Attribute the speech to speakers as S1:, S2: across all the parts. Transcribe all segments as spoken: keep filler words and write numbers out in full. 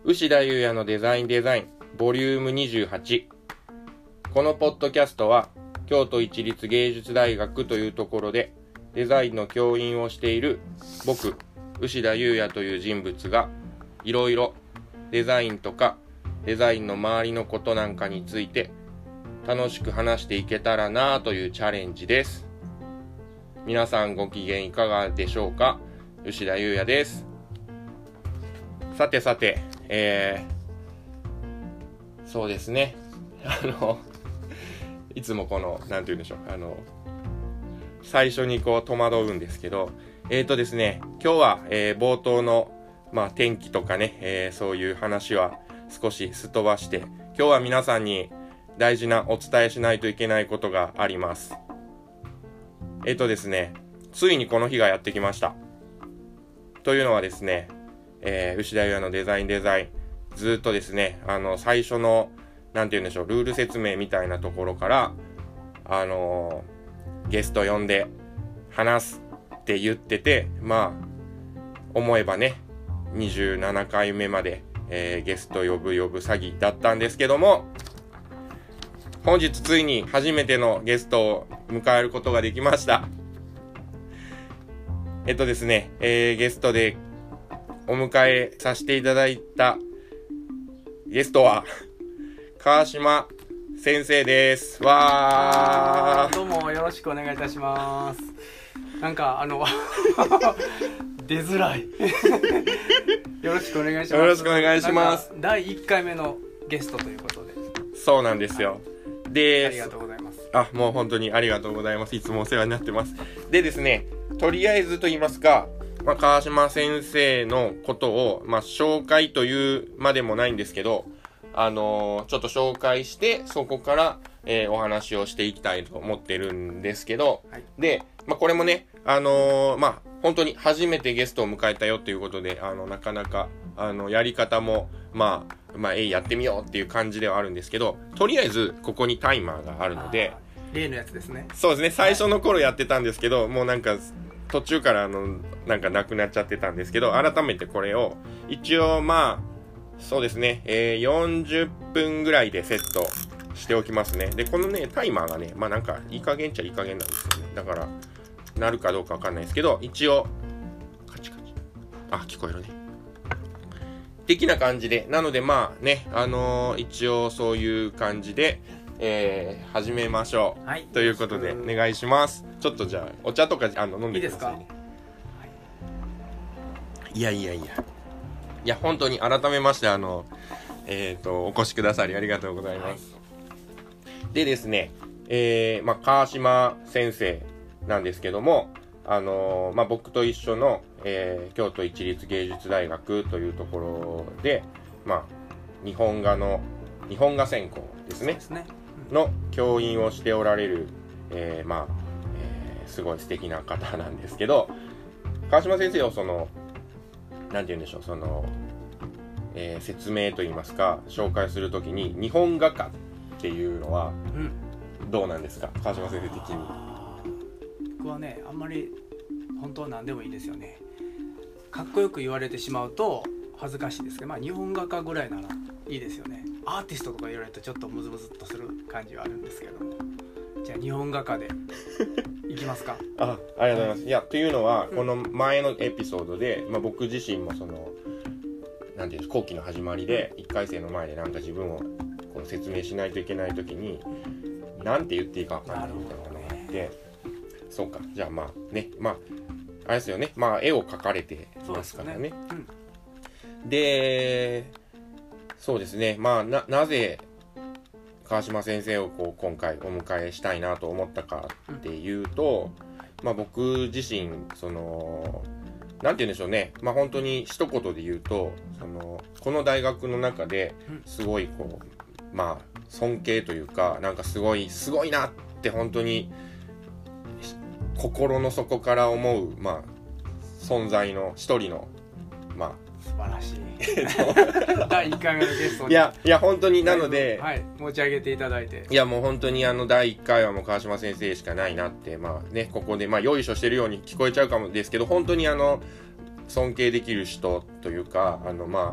S1: 牛田裕也のデザインデザインボリュームにじゅうはち。このポッドキャストは京都市立芸術大学というところでデザインの教員をしている僕牛田裕也という人物がいろいろデザインとかデザインの周りのことなんかについて楽しく話していけたらなというチャレンジです。皆さんご機嫌いかがでしょうか。牛田裕也です。さてさて、えー、そうですね。あの、いつもこの、なんて言うんでしょう。あの、最初にこう戸惑うんですけど、えーとですね、今日は、えー、冒頭の、まあ、天気とかね、えー、そういう話は少しすっ飛ばして、今日は皆さんに大事なお伝えしないといけないことがあります。えーとですね、ついにこの日がやってきました。というのはですね、えー、牛田裕也のデザインデザイン、ずっとですね、あの、最初の、なんて言うんでしょう、ルール説明みたいなところから、あのー、ゲスト呼んで話すって言ってて、まあ、思えばね、にじゅうななかいめまで、えー、ゲスト呼ぶ呼ぶ詐欺だったんですけども、本日ついに初めてのゲストを迎えることができました。えっとですね、えー、ゲストでお迎えさせていただいたゲストは川島先生です。わー。
S2: どうもよろしくお願いいたします。なんかあの出づらいよろしくお願いします。
S1: よろしくお願いします。
S2: だいいっかいめのゲストということで。
S1: そうなんですよ。で、
S2: ありがとうございます。
S1: あ、もう本当にありがとうございます。いつもお世話になってます。でですね、とりあえずと言いますか、まあ、川島先生のことを、まあ、紹介というまでもないんですけど、あのー、ちょっと紹介して、そこから、えー、お話をしていきたいと思ってるんですけど、はい、で、まあ、これもね、あのー、まあ、本当に初めてゲストを迎えたよということで、あの、なかなか、あの、やり方も、まあ、まあ、えい、やってみようっていう感じではあるんですけど、とりあえず、ここにタイマーがあるので、
S2: 例のやつですね。
S1: そうですね、最初の頃やってたんですけど、はい、もうなんか、途中からあの、なんかなくなっちゃってたんですけど、改めてこれを、一応まあ、そうですね、えー、よんじゅっぷんぐらいでセットしておきますね。で、このね、タイマーがね、まあなんか、いい加減っちゃいい加減なんですよね。だから、なるかどうかわかんないですけど、一応、カチカチ。あ、聞こえるね。的な感じで、なのでまあね、あのー、一応そういう感じで、えー、始めましょう、はい、ということでお願いします。ちょっとじゃあお茶とかあの飲んでくださいね。いいですか？はい、いやいやいやいや本当に改めましてあのえっ、ー、とお越しくださりありがとうございます。はい、でですね、えー、まあ川島先生なんですけども、あのー、まあ僕と一緒の、えー、京都市立芸術大学というところで、まあ日本画の日本画専攻ですね。そうですね。の教員をしておられる、えー、まあ、えー、すごい素敵な方なんですけど、川島先生をその、なんて言うんでしょう、その、えー、説明と言いますか、紹介するときに、日本画家っていうのは、どうなんですか、うん、川島先生的に。
S2: 僕はね、あんまり、本当は何でもいいですよね。かっこよく言われてしまうと、恥ずかしいですけど、まあ、日本画家ぐらいならいいですよね。アーティストとか言われるとちょっとムズムズっとする感じはあるんですけども、じゃあ日本画家でいきますか。
S1: あ、ありがとうございます。いや、というのは、うん、この前のエピソードで、まあ、僕自身もそのなんていうんです後期の始まりでいっかい生の前でなんか自分をこう説明しないといけないときになんて言っていいか分かんないみたいなのがあって、ね、そうか、じゃあまあね、まああれですよね、まあ絵を描かれてますからね。そうですね、うん、でそうですね、まあ な, なぜ川島先生をこう今回お迎えしたいなと思ったかっていうと、うん、まあ僕自身そのなんて言うんでしょうね、まあ本当に一言で言うとそのこの大学の中ですごいこうまあ尊敬というかなんかすごいすごいなって本当に心の底から思うまあ存在の一人のまあ
S2: 素晴らしいだいいっかいめのゲストに
S1: いやいや本当になので、
S2: はい、持ち上げていただいて、
S1: いやもう本当にあのだいいっかいはもう川島先生しかないなってまあねここでまあよいしょしてるように聞こえちゃうかもですけど本当にあの尊敬できる人というかあのまあ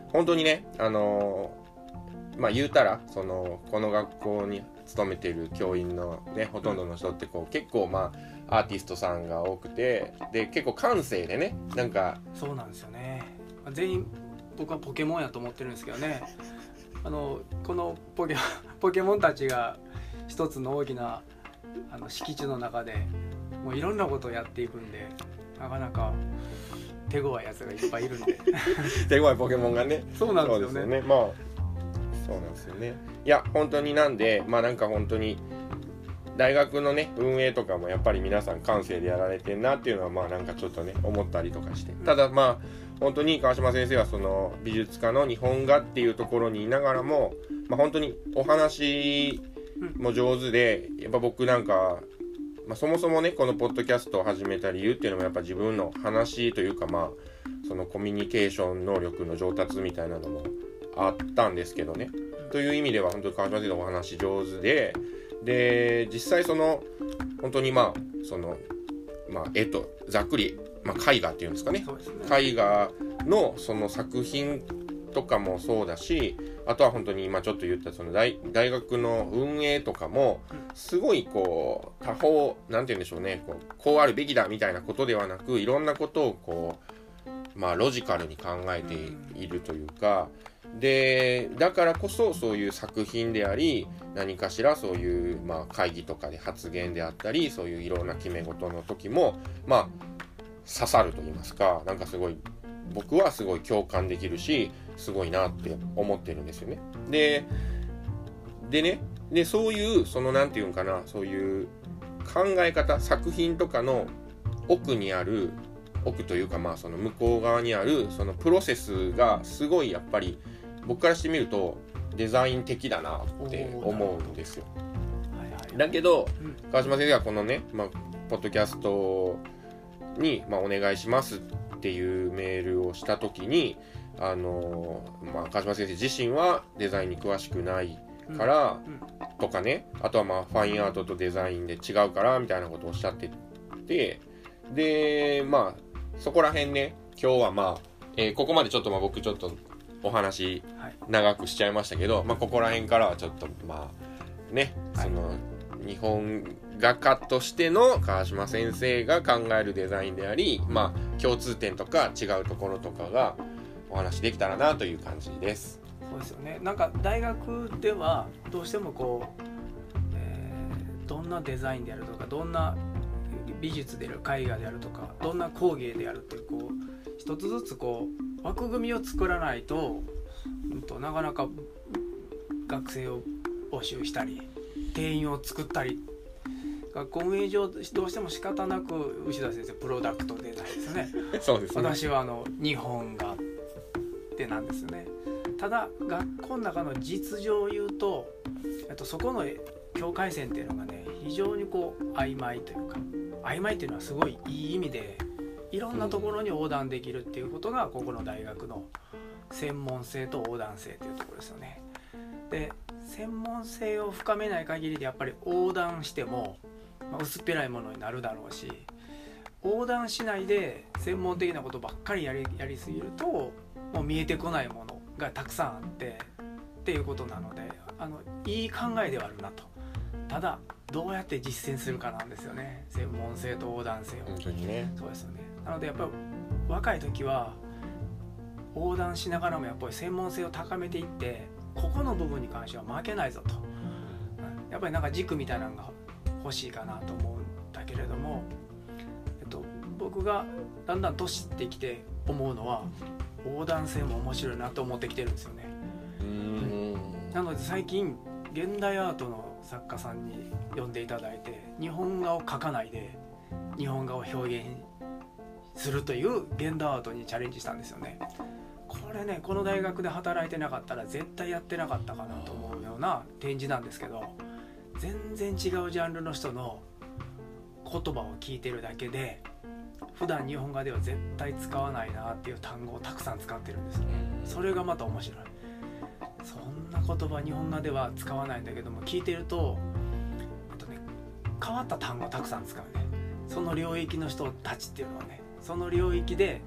S1: 本当にねあのまあ言うたらそのこの学校に勤めている教員のねほとんどの人ってこう結構まあアーティストさんが多くてで結構感性でねなんか
S2: そうなんですよね。全員僕はポケモンやと思ってるんですけどね。あのこのポケポケモンたちが一つの大きなあの敷地の中でもういろんなことをやっていくんでなかなか手強いやつがいっぱいいるんで
S1: 手強いポケモンがね
S2: そうなんですよね。
S1: そうですよねまあそうなんですよね。いや本当になんでまあなんか本当に大学のね運営とかもやっぱり皆さん感性でやられてんなっていうのはまあなんかちょっとね思ったりとかして、ただまあ本当に川島先生はその美術家の日本画っていうところにいながらも、まあ、本当にお話も上手でやっぱ僕なんか、まあ、そもそもねこのポッドキャストを始めた理由っていうのもやっぱ自分の話というかまあそのコミュニケーション能力の上達みたいなのもあったんですけどね、という意味では本当に川島先生のお話上手でで実際その本当にまあそのまあ絵とざっくり、まあ、絵画っていうんですかね、
S2: そうですね。
S1: 絵画のその作品とかもそうだしあとは本当に今ちょっと言ったその 大, 大学の運営とかもすごいこう多方なんて言うんでしょうねこう、こうあるべきだみたいなことではなくいろんなことをこうまあロジカルに考えているというかでだからこそそういう作品であり何かしらそういうまあ会議とかで発言であったりそういういろんな決め事の時もまあ刺さると言いますかなんかすごい僕はすごい共感できるしすごいなって思ってるんですよね。ででねでそういうそのなんていうんかなそういう考え方作品とかの奥にある奥というかまあその向こう側にあるそのプロセスがすごいやっぱり僕からしてみるとデザイン的だなって思うんですよ。
S2: はいはい、
S1: だけど、
S2: うん、
S1: 川島先生はこのね、まあ、ポッドキャストに、まあ、お願いしますっていうメールをした時にあの、まあ、川島先生自身はデザインに詳しくないから、うんうん、とかねあとはまあファインアートとデザインで違うからみたいなことをおっしゃっててでまあそこら辺ね今日はまあ、えー、ここまでちょっとまあ僕ちょっとお話長くしちゃいましたけど、はい、まあここら辺からはちょっとまあね、はい、その日本画家としての川島先生が考えるデザインであり、まあ共通点とか違うところとかがお話できたらなという感じです。
S2: そうですよね。なんか大学ではどうしてもこう、えー、どんなデザインであるとかどんな美術である絵画であるとかどんな工芸であるっていうこう一つずつこう枠組みを作らないと、うん、となかなか学生を募集したり定員を作ったり学校運営上どうしても仕方なく牛田先生プロダクトデザインですね。
S1: そうですね。
S2: 私はあの日本画ってなんですね。ただ学校の中の実情を言うと、えっと、そこの境界線っていうのがね非常にこう曖昧というか曖昧っていうのはすごいいい意味でいろんなところに横断できるっていうことがここの大学の専門性と横断性というところですよね。で専門性を深めない限りでやっぱり横断しても、まあ、薄っぺらいものになるだろうし横断しないで専門的なことばっかりやり、やりすぎるともう見えてこないものがたくさんあってっていうことなのであのいい考えではあるなと。ただどうやって実践するかなんですよね。専門性と横断性を。
S1: 本当にね。
S2: そうですよね。なのでやっぱり若い時は横断しながらもやっぱり専門性を高めていってここの部分に関しては負けないぞと。やっぱりなんか軸みたいなのが欲しいかなと思うんだけれども、えっと、僕がだんだん年ってきて思うのは横断性も面白いなと思ってきてるんですよね。
S1: うーん、
S2: なので最近現代アートの作家さんに呼んでいただいて日本画を描かないで日本画を表現するという現代アートにチャレンジしたんですよね。これねこの大学で働いてなかったら絶対やってなかったかなと思うような展示なんですけど全然違うジャンルの人の言葉を聞いてるだけで普段日本画では絶対使わないなっていう単語をたくさん使ってるんですね。それがまた面白い。そんな言葉日本画では使わないんだけども聞いてると、あとね、変わった単語をたくさん使うね。その領域の人たちっていうのはねその領域で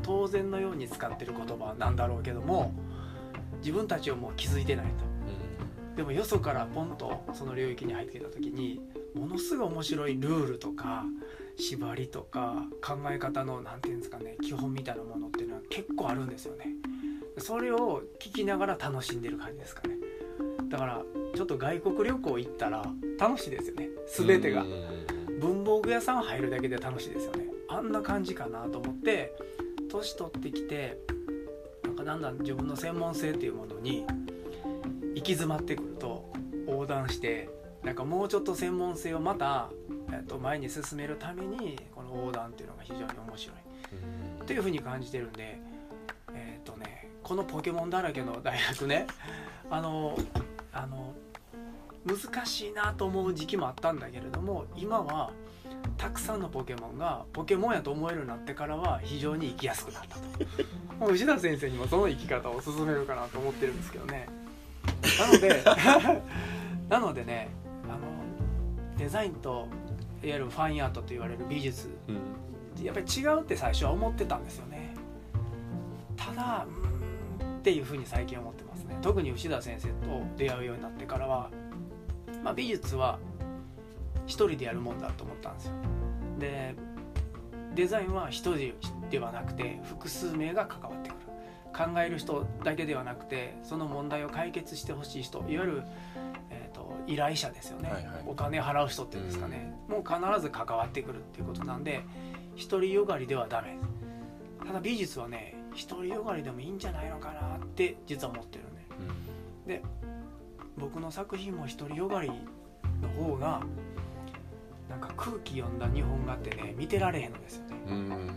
S2: 当然のように使ってる言葉なんだろうけども、自分たちをもう気づいてないと、うん、でもよそからポンとその領域に入ってきた時にものすごい面白いルールとか縛りとか考え方のなんていうんですかね、基本みたいなものっていうのは結構あるんですよね。それを聞きながら楽しんでる感じですかね。だからちょっと外国旅行行ったら楽しいですよね。全てが文房具屋さん入るだけで楽しいですよね。あんな感じかなと思って、年取ってきてなんかだんだん自分の専門性っていうものに行き詰まってくると横断して、なんかもうちょっと専門性をまた、えっと、前に進めるためにこの横断っていうのが非常に面白いっていう風に感じてるんで、えっとねこのポケモンだらけの大学ね、あのあの難しいなと思う時期もあったんだけれども、今はたくさんのポケモンがポケモンやと思えるようになってからは非常に生きやすくなったと。もう牛田先生にもその生き方を勧めるかなと思ってるんですけどね。なのでなのでね、あのデザインといわゆるファインアートと言われる美術、うん、やっぱり違うって最初は思ってたんですよね。ただうーんっていうふうに最近思ってますね。特に牛田先生と出会うようになってからは、まあ、美術は一人でやるもんだと思ったんですよ。でデザインは一人ではなくて複数名が関わってくる。考える人だけではなくてその問題を解決してほしい人、いわゆる、えーと、依頼者ですよね、はいはい、お金払う人っていうんですかね、うん、もう必ず関わってくるっていうことなんで、独りよがりではダメ。ただ美術はね、独りよがりでもいいんじゃないのかなって実は思ってるね、うん、で僕の作品も独りよがりの方がなんか空気読んだ日本画ってね見てられへんのですよね。
S1: うん、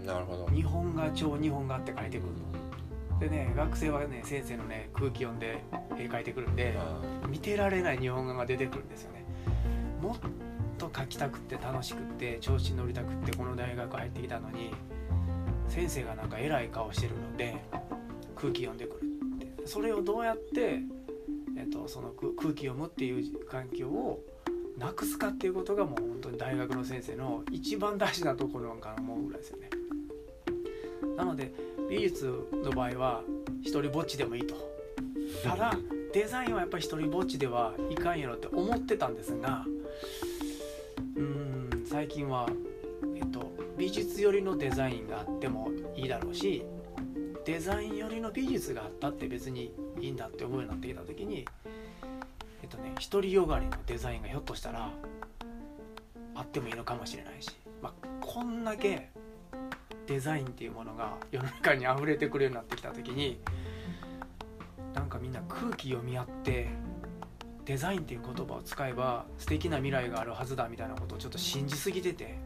S1: なるほど。
S2: 日本画帳日本画って書いてくるのでね、学生はね先生のね空気読んで絵描いてくるんで見てられない日本画が出てくるんですよね。もっと描きたくって楽しくって調子に乗りたくってこの大学入ってきたのに、先生がなんか偉い顔してるので空気読んでくるって、それをどうやって、えっと、その空気読むっていう環境をなくすかっていうことがもう本当に大学の先生の一番大事なところかな思うぐらいですよね。なので美術の場合は一人ぼっちでもいいと。ただデザインはやっぱり一人ぼっちではいかんやろって思ってたんですが、うーん最近は、えっと、美術寄りのデザインがあってもいいだろうし、デザイン寄りの美術があったって別にいいんだって思うようになってきた時に、えっとね、独りよがりのデザインがひょっとしたらあってもいいのかもしれないし、まあ、こんだけデザインっていうものが世の中に溢れてくるようになってきた時に、なんかみんな空気読み合ってデザインっていう言葉を使えば素敵な未来があるはずだみたいなことをちょっと信じすぎてて、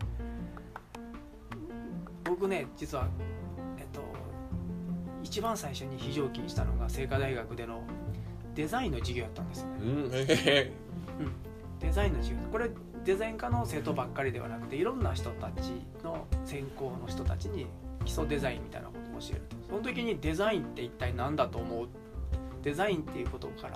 S2: 僕ね実は、えっと、一番最初に非常勤したのが清華大学でのデザインの授業やったんですよね、うんえーうん、デザインの授業、これデザイン科の生徒ばっかりではなくていろんな人たちの専攻の人たちに基礎デザインみたいなことを教えると。その時にデザインって一体何だと思う、デザインっていうことから、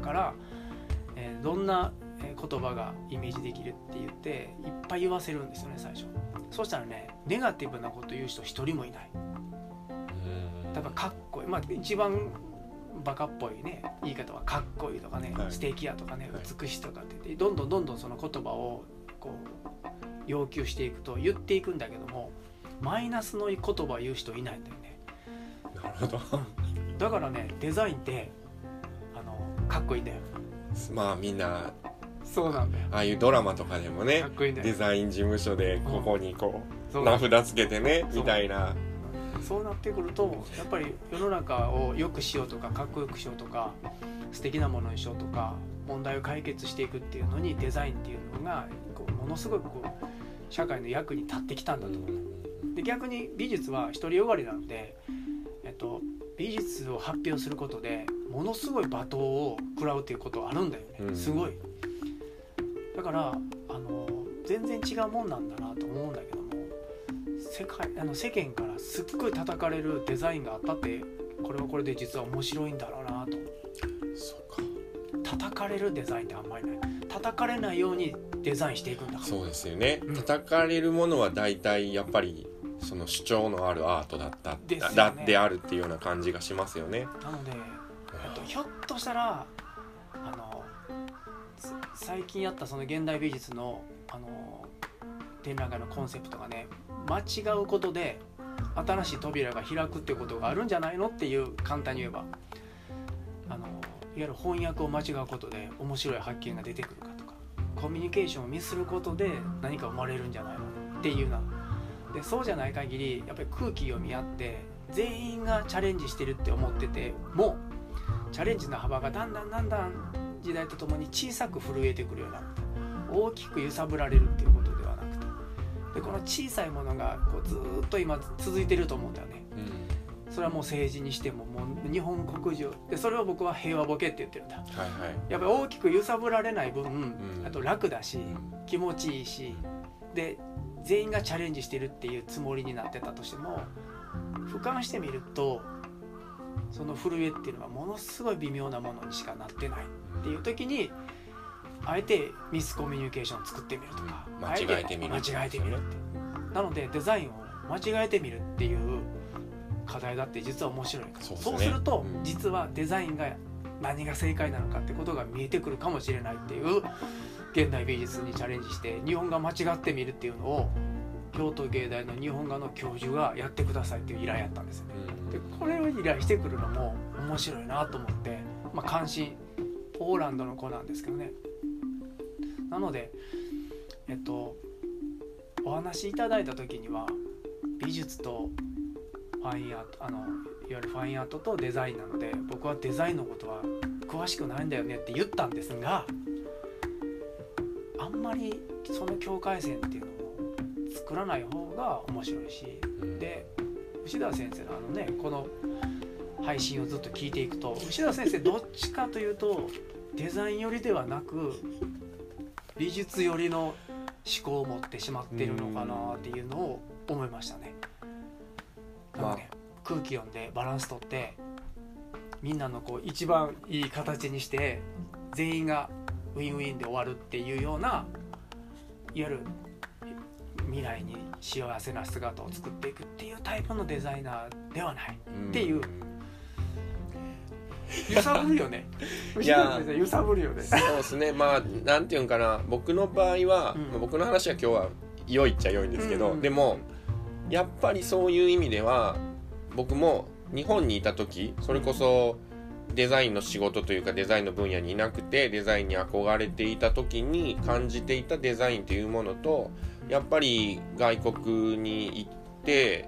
S2: から、えー、どんな言葉がイメージできるって言っていっぱい言わせるんですよね最初。そうしたらねネガティブなこと言う人一人もいない。だからかっこいい、まあ一番バカっぽいね言い方はかっこいいとかね、はい、素敵やとかね、はい、美しいとかって言ってどんどんどんどんその言葉をこう要求していくと言っていくんだけども、マイナスの言葉を言う人いないんだよね。
S1: なるほど。
S2: だからねデザインってあのかっこいいんだよ。
S1: まあみんな
S2: そうなんだよ。
S1: ああいうドラマとかでもね、
S2: かっこいいんだよ。
S1: デザイン事務所でここにこう、うん、名札つけてねみたいな。
S2: そうなってくるとやっぱり世の中を良くしようとかかっこよくしようとか素敵なものにしようとか問題を解決していくっていうのにデザインっていうのがこうものすごくこう社会の役に立ってきたんだと思う。で逆に美術は独りよがりなので、えっと、美術を発表することでものすごい罵倒を食らうっていうことはあるんだよね。すごい。だからあの全然違うもんなんだなと思うんだけども、世界あの世間からすっごい叩かれるデザインがあったってこれはこれで実は面白いんだろうなと。そうか。叩かれるデザインってあんまりない。叩かれないようにデザインしていくんだから。
S1: そうですよね、うん、叩かれるものは大体やっぱりその主張のあるアートだった
S2: ですよね
S1: だであるっていうような感じがしますよね。
S2: なので、えっと、ひょっとしたらあの最近やったその現代美術のあの展覧会のコンセプトがね、間違うことで新しい扉が開くっていうことがあるんじゃないのっていう、簡単に言えばあのいわゆる翻訳を間違うことで面白い発見が出てくるかとか、コミュニケーションをミスることで何か生まれるんじゃないのっていうな。でそうじゃない限りやっぱり空気読み合って全員がチャレンジしてるって思ってても、チャレンジの幅がだんだんだんだん時代とともに小さく震えてくるような、大きく揺さぶられるっていうことではなくて、でこの小さいものがこうずっと今続いてると思うんだよね、うん、それはもう政治にしてももう日本国中で、それを僕は平和ボケって言ってるんだ、はいはい、やっぱり大きく揺さぶられない分、うん、あと楽だし、うん、気持ちいいし、で全員がチャレンジしてるっていうつもりになってたとしても、俯瞰してみるとその震えっていうのはものすごい微妙なものにしかなってないっていう時に、あえてミスコミュニケーションを作ってみるとか、
S1: うん、間違えてみる、
S2: 間違えてみるって、なのでデザインを間違えてみるっていう課題だって実は面白いから、そうですね、そうすると、うん、実はデザインが何が正解なのかってことが見えてくるかもしれないっていう現代美術にチャレンジして日本画間違ってみるっていうのを京都芸大の日本画の教授がやってくださいっていう依頼やったんですよね、うん、でこれを依頼してくるのも面白いなと思って、まあ、関心ポーランドの子なんですけどね。なのでえっとお話しいただいた時には美術とファインアート、あのいわゆるファインアートとデザインなので、僕はデザインのことは詳しくないんだよねって言ったんですが、あんまりその境界線っていうのを作らない方が面白いし、で牛田先生のあのねこの配信をずっと聞いていくと、牛田先生どっちかというとデザイン寄りではなく美術寄りの思考を持ってしまってるのかなっていうのを思いましたね。なので、ね、空気読んでバランス取ってみんなのこう一番いい形にして全員がウィンウィンで終わるっていうような、いわゆる未来に幸せな姿を作っていくっていうタイプのデザイナーではないっていう、揺さぶるよね。いや揺さぶるよね。
S1: そうですね。まあなんていうんかな、僕の場合は、うんまあ、僕の話は今日は良いっちゃ良いんですけど、うん、でもやっぱりそういう意味では僕も日本にいた時、それこそデザインの仕事というかデザインの分野にいなくてデザインに憧れていた時に感じていたデザインというものと、やっぱり外国に行って、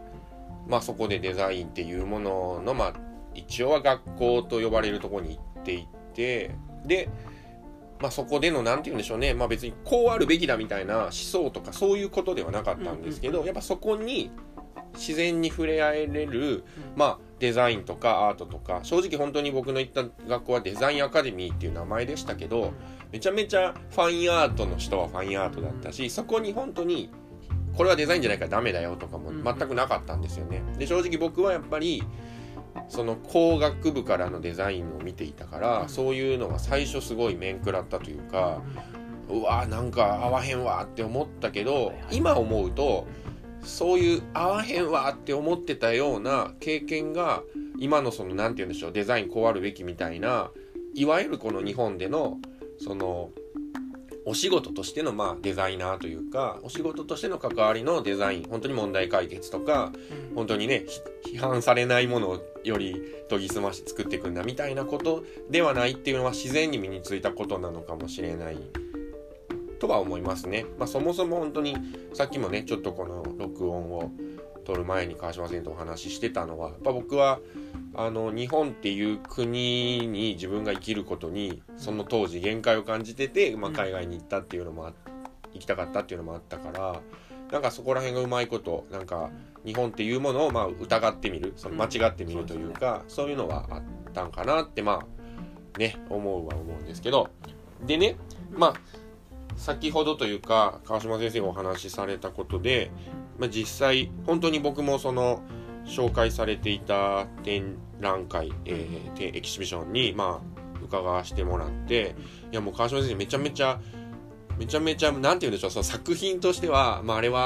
S1: まあ、そこでデザインっていうものの、まあ、一応は学校と呼ばれるところに行っていて、で、まあ、そこでのなんて言うんでしょうね、まあ、別にこうあるべきだみたいな思想とかそういうことではなかったんですけど、やっぱそこに自然に触れ合えれる、まあ、デザインとかアートとか、正直本当に僕の行った学校はデザインアカデミーっていう名前でしたけど、めちゃめちゃファインアートの人はファインアートだったし、そこに本当にこれはデザインじゃないからダメだよとかも全くなかったんですよね。で正直僕はやっぱりその工学部からのデザインを見ていたから、そういうのが最初すごい面食らったというか、うわなんか合わへんわって思ったけど、今思うとそういう合わへんわって思ってたような経験が今のそのなんて言うんでしょう、デザインこうあるべきみたいな、いわゆるこの日本でのそのお仕事としてのまあデザイナーというか、お仕事としての関わりのデザイン、本当に問題解決とか、本当にね批判されないものをより研ぎ澄まして作っていくんだみたいなことではないっていうのは自然に身についたことなのかもしれないとは思いますね。まあ、そもそも本当にさっきもねちょっとこの録音を撮る前に川島先生とお話ししてたのは、やっぱ僕はあの日本っていう国に自分が生きることにその当時限界を感じてて、まあ、海外に行ったっていうのもあ行きたかったっていうのもあったから、なんかそこら辺がうまいことなんか日本っていうものをまあ疑ってみる、その間違ってみるというか、そういうのはあったんかなってまあね思うは思うんですけど、でねまあ先ほどというか川島先生がお話しされたことで、まあ、実際本当に僕もその紹介されていた展覧会、えー、エキシビションにまあ伺わせてもらって、いやもう川島先生めちゃめちゃめちゃめちゃなんて言うんでしょう、その作品としては、まあ、あれは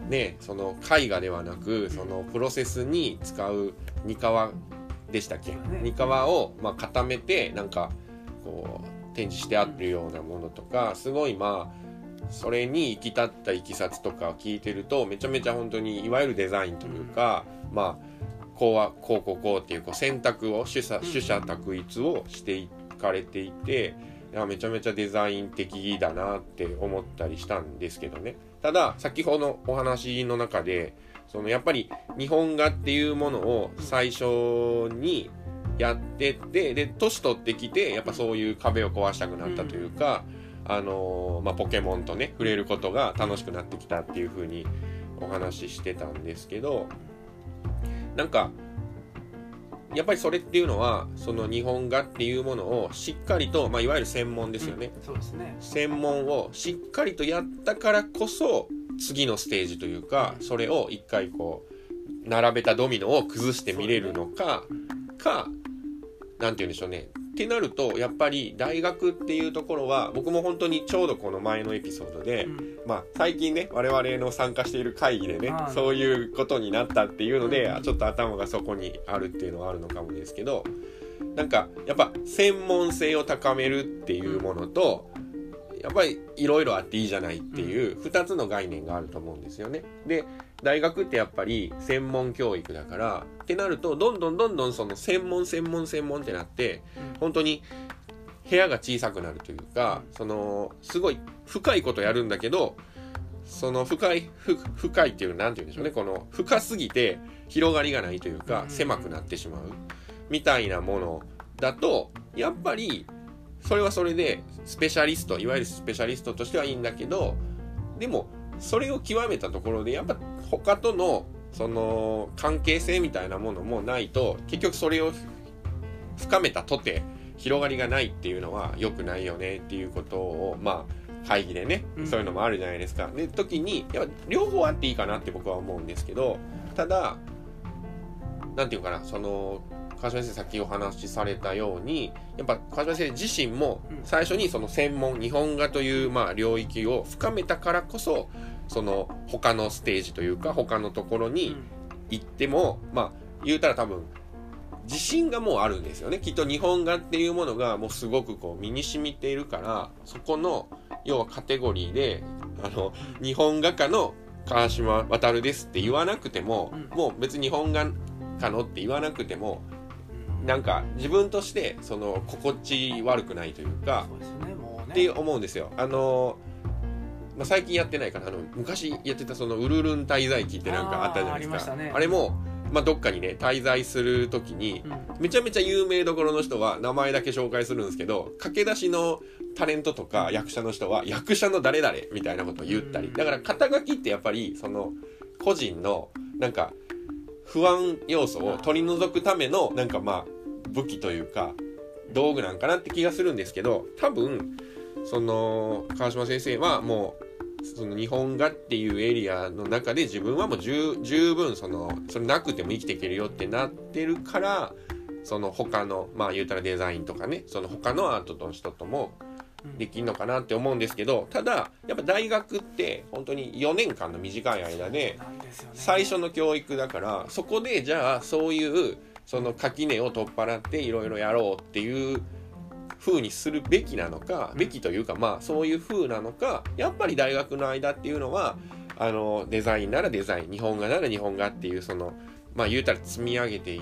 S1: ね、その絵画ではなくそのプロセスに使うに革でしたっけ、に革をまあ固めてなんかこう展示してあるようなものとか、すごいまあそれに行き立ったいきさつとかを聞いてるとめちゃめちゃ本当にいわゆるデザインというか、まあこうはこうこうこうっていうこう選択を取捨取捨択一をしていかれていて、いやめちゃめちゃデザイン的だなって思ったりしたんですけどね。ただ先ほどのお話の中でそのやっぱり日本画っていうものを最初にやってってで年取ってきてやっぱそういう壁を壊したくなったというか、うん、あのまあ、ポケモンとね触れることが楽しくなってきたっていう風にお話ししてたんですけど、なんかやっぱりそれっていうのはその日本画っていうものをしっかりと、まあ、いわゆる専門ですよね、
S2: うん、そうですね。
S1: 専門をしっかりとやったからこそ次のステージというか、うん、それを一回こう並べたドミノを崩して見れるのか、ね、かなんて言うんでしょうねってなるとやっぱり大学っていうところは僕も本当にちょうどこの前のエピソードで、うん、まあ最近ね我々の参加している会議でねそういうことになったっていうので、うん、ちょっと頭がそこにあるっていうのはあるのかもですけど、なんかやっぱ専門性を高めるっていうものと、やっぱりいろいろあっていいじゃないっていうふたつの概念があると思うんですよね。で大学ってやっぱり専門教育だからってなるとどんどんどんどんその専門専門専門ってなって本当に部屋が小さくなるというか、そのすごい深いことやるんだけどその深いふ深いっていうなんていうんでしょうね、この深すぎて広がりがないというか狭くなってしまうみたいなものだとやっぱりそれはそれでスペシャリストいわゆるスペシャリストとしてはいいんだけど、でもそれを極めたところでやっぱ他とのその関係性みたいなものもないと結局それを深めたとて広がりがないっていうのは良くないよねっていうことをまあ会議でねそういうのもあるじゃないですか。で時にやっぱ両方あっていいかなって僕は思うんですけど、ただなんていうかな、その川島先生さっきお話しされたようにやっぱ川島先生自身も最初にその専門日本画というまあ領域を深めたからこそその他のステージというか他のところに行ってもまあ言うたら多分自信がもうあるんですよね。きっと日本画っていうものがもうすごくこう身に染みているから、そこの要はカテゴリーであの日本画家の川島渉ですって言わなくても、もう別に日本画家のって言わなくてもなんか自分としてその心地悪くないというか、
S2: そうですね、もうね
S1: って思うんですよ。あの、まあ、最近やってないかな、あの昔やってたそのウルルン滞在記ってなんかあったじゃないですか。 あ, ありましたね。あれも、まあ、どっかにね滞在するときに、うん、めちゃめちゃ有名どころの人は名前だけ紹介するんですけど、駆け出しのタレントとか役者の人は役者の誰々みたいなことを言ったり、だから肩書きってやっぱりその個人のなんか不安要素を取り除くためのなんかまあ武器というか道具なんかなって気がするんですけど、多分その川島先生はもうその日本画っていうエリアの中で自分はもう 十, 十分そのそれなくても生きていけるよってなってるから、その他のまあ言うたらデザインとかねその他のアートの人ともできるのかなって思うんですけど、ただやっぱ大学って本当によねんかんの短い間で最初の教育だから、そこでじゃあそういうその垣根を取っ払っていろいろやろうっていう風にするべきなのか、べきというかまあそういう風なのか、やっぱり大学の間っていうのはあのデザインならデザイン、日本画なら日本画っていうそのまあ言うたら積み上げていって、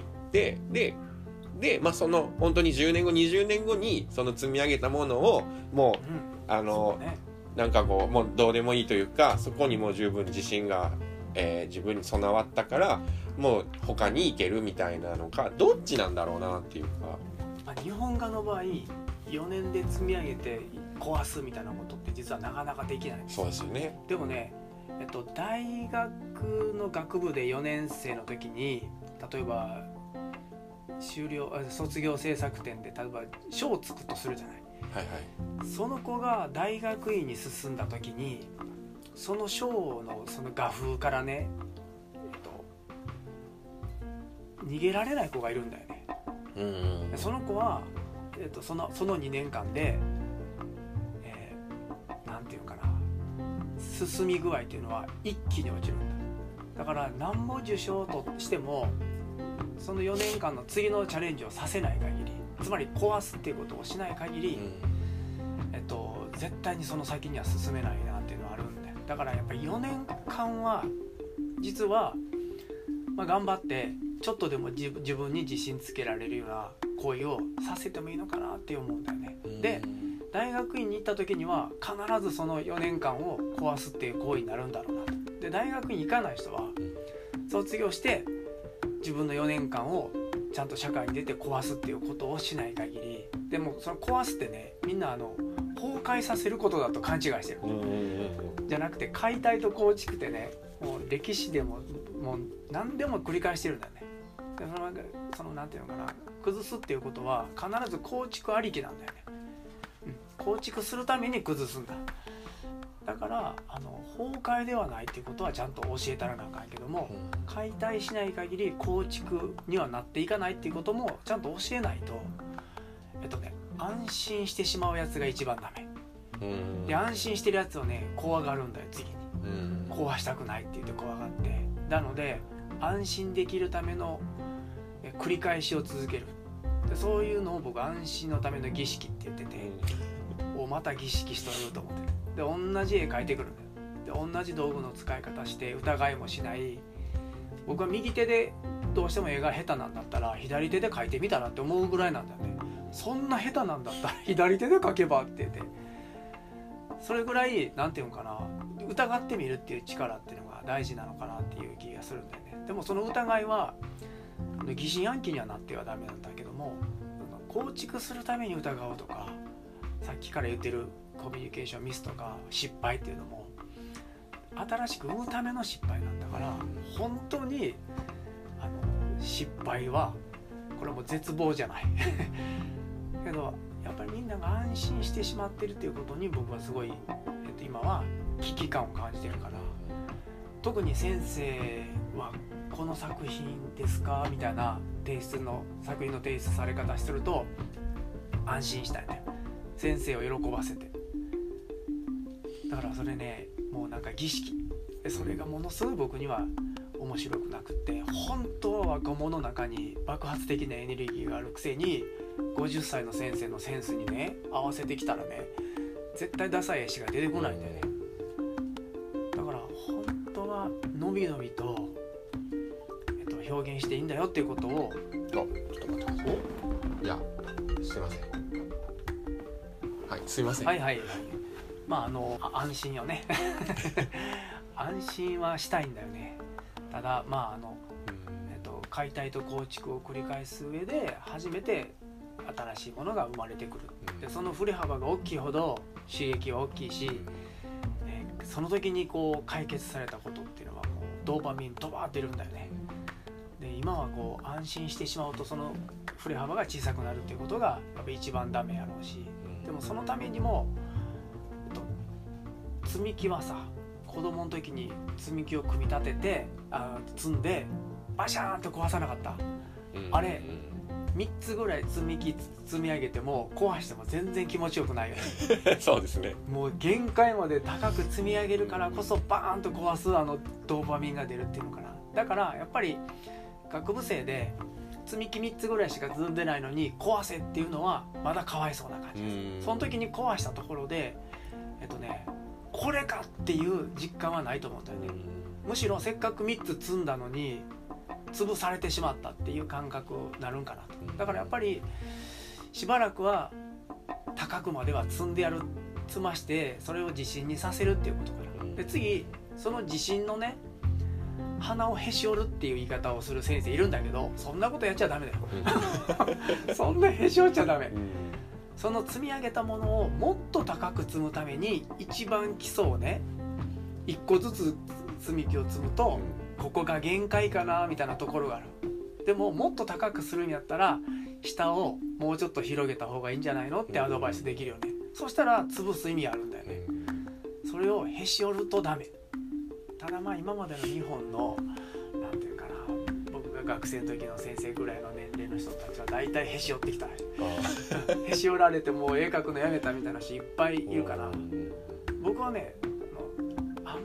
S1: ででまあその本当にじゅうねんごにじゅうねんごにその積み上げたものをもう、うん、あの、ね、なんかこうもうどうでもいいというか、そこにもう十分自信が、えー、自分に備わったからもう他に行けるみたいなのか、どっちなんだろうなっていうか。
S2: まあ、日本画の場合よねんで積み上げて壊すみたいなことって実はなかなかできないんです。
S1: そうですよね。
S2: でもね、えっと、大学の学部でよねん生の時に例えば修了卒業制作展で例えば賞を作るとするじゃない、
S1: はいはい、
S2: その子が大学院に進んだ時にその賞のその画風からね、えっと、逃げられない子がいるんだよね。
S1: うんうん、
S2: その子は、えっと、その、そのにねんかんで、えー、なんていうかな、 進み具合っていうのは一気に落ちるんだ。だから何も受賞としてもそのよねんかんの次のチャレンジをさせない限り、つまり壊すっていうことをしない限り、えっと、絶対にその先には進めないなっていうのはあるんで、だからやっぱりよねんかんは実は、まあ、頑張ってちょっとでも自分、自分に自信つけられるような行為をさせてもいいのかなって思うんだよね。で大学院に行った時には必ずそのよねんかんを壊すっていう行為になるんだろうなと。で大学に行かない人は卒業して自分のよねんかんをちゃんと社会に出て壊すっていうことをしない限り、でもその壊すってね、みんなあの崩壊させることだと勘違いしてる、じゃなくて解体と構築ってね、もう歴史でももう何でも繰り返してるんだよね。でそのそのなんていうのかな、崩すっていうことは必ず構築ありきなんだよね、うん、構築するために崩すんだ。だからあの崩壊ではないっていうことはちゃんと教えたらなあかんけども、解体しない限り構築にはなっていかないっていうこともちゃんと教えないと、えっとね安心してしまうやつが一番ダメ。で安心してるやつをね怖がるんだよ、次に壊したくないって言って怖がって。なので安心できるための繰り返しを続ける。でそういうのを僕安心のための儀式って言ってて、おまた儀式しとると思って、で同じ絵描いてくるんだよ。で同じ道具の使い方して疑いもしない。僕は右手でどうしても絵が下手なんだったら左手で描いてみたらって思うぐらいなんだよね。そんな下手なんだったら左手で描けばって言って、それぐらいなんていうのかな、疑ってみるっていう力っていうのが大事なのかなっていう気がするんだよね。でもその疑いは疑心暗鬼にはなってはダメなんだけども、構築するために疑うとか、さっきから言ってるコミュニケーションミスとか失敗っていうのも新しく生むための失敗なんだから、本当にあの失敗はこれも絶望じゃないけど、やっぱりみんなが安心してしまってるっていうことに僕はすごい、えっと、今は危機感を感じてるから、特に先生はこの作品ですかみたいな提出の作品の提出され方すると安心したいね、先生を喜ばせて。だからそれね、もうなんか儀式で、それがものすごい僕には面白くなくって、本当は若者の中に爆発的なエネルギーがあるくせにごじゅっさいの先生のセンスにね合わせてきたらね、絶対ダサい絵師が出てこないんだよね。だから本当はのびのびと、えっと、表現していいんだよっていうことを。
S1: あ、ちょっと待ってください。いや、すいません。はい、すいません。
S2: はいはいはい。まああの安心よね安心はしたいんだよね。ただまああの、えっと、解体と構築を繰り返す上で初めて新しいものが生まれてくる。でその振れ幅が大きいほど刺激は大きいし、えー、その時にこう解決されたことっていうのはもうドーパミンドバーって出るんだよね。で今はこう安心してしまうとその振れ幅が小さくなるっていうことがやっぱ一番ダメやろうし、でもそのためにも、えっと、積み木はさ、子供の時に積み木を組み立ててあ積んでバシャーンと壊さなかった、うん、あれみっつぐらい積み木積み上げても壊しても全然気持ちよくないよね
S1: そうですね。
S2: もう限界まで高く積み上げるからこそバーンと壊すあのドーパミンが出るっていうのかな。だからやっぱり学部生で積み木みっつぐらいしか積んでないのに壊せっていうのはまだかわいそうな感じです。その時に壊したところでえっとねこれかっていう実感はないと思うんだよね。むしろせっかくみっつ積んだのに潰されてしまったっていう感覚になるんかなと。だからやっぱりしばらくは高くまでは積んでやる、積ましてそれを自信にさせるっていうことから。で次その自信のね鼻をへし折るっていう言い方をする先生いるんだけど、そんなことやっちゃダメだよそんなへし折っちゃダメ。その積み上げたものをもっと高く積むために一番基礎をねいっこずつ積み木を積むとここが限界かなみたいなところがある。でももっと高くするんやったら下をもうちょっと広げた方がいいんじゃないのってアドバイスできるよね。そしたら潰す意味あるんだよね。それをへし折るとダメ。ただまあ今までの日本のなんていうかな、僕が学生の時の先生ぐらいの年齢の人たちは大体へし折ってきたへし折られてもう絵描くのやめたみたいな人いっぱいいるから、僕はねあ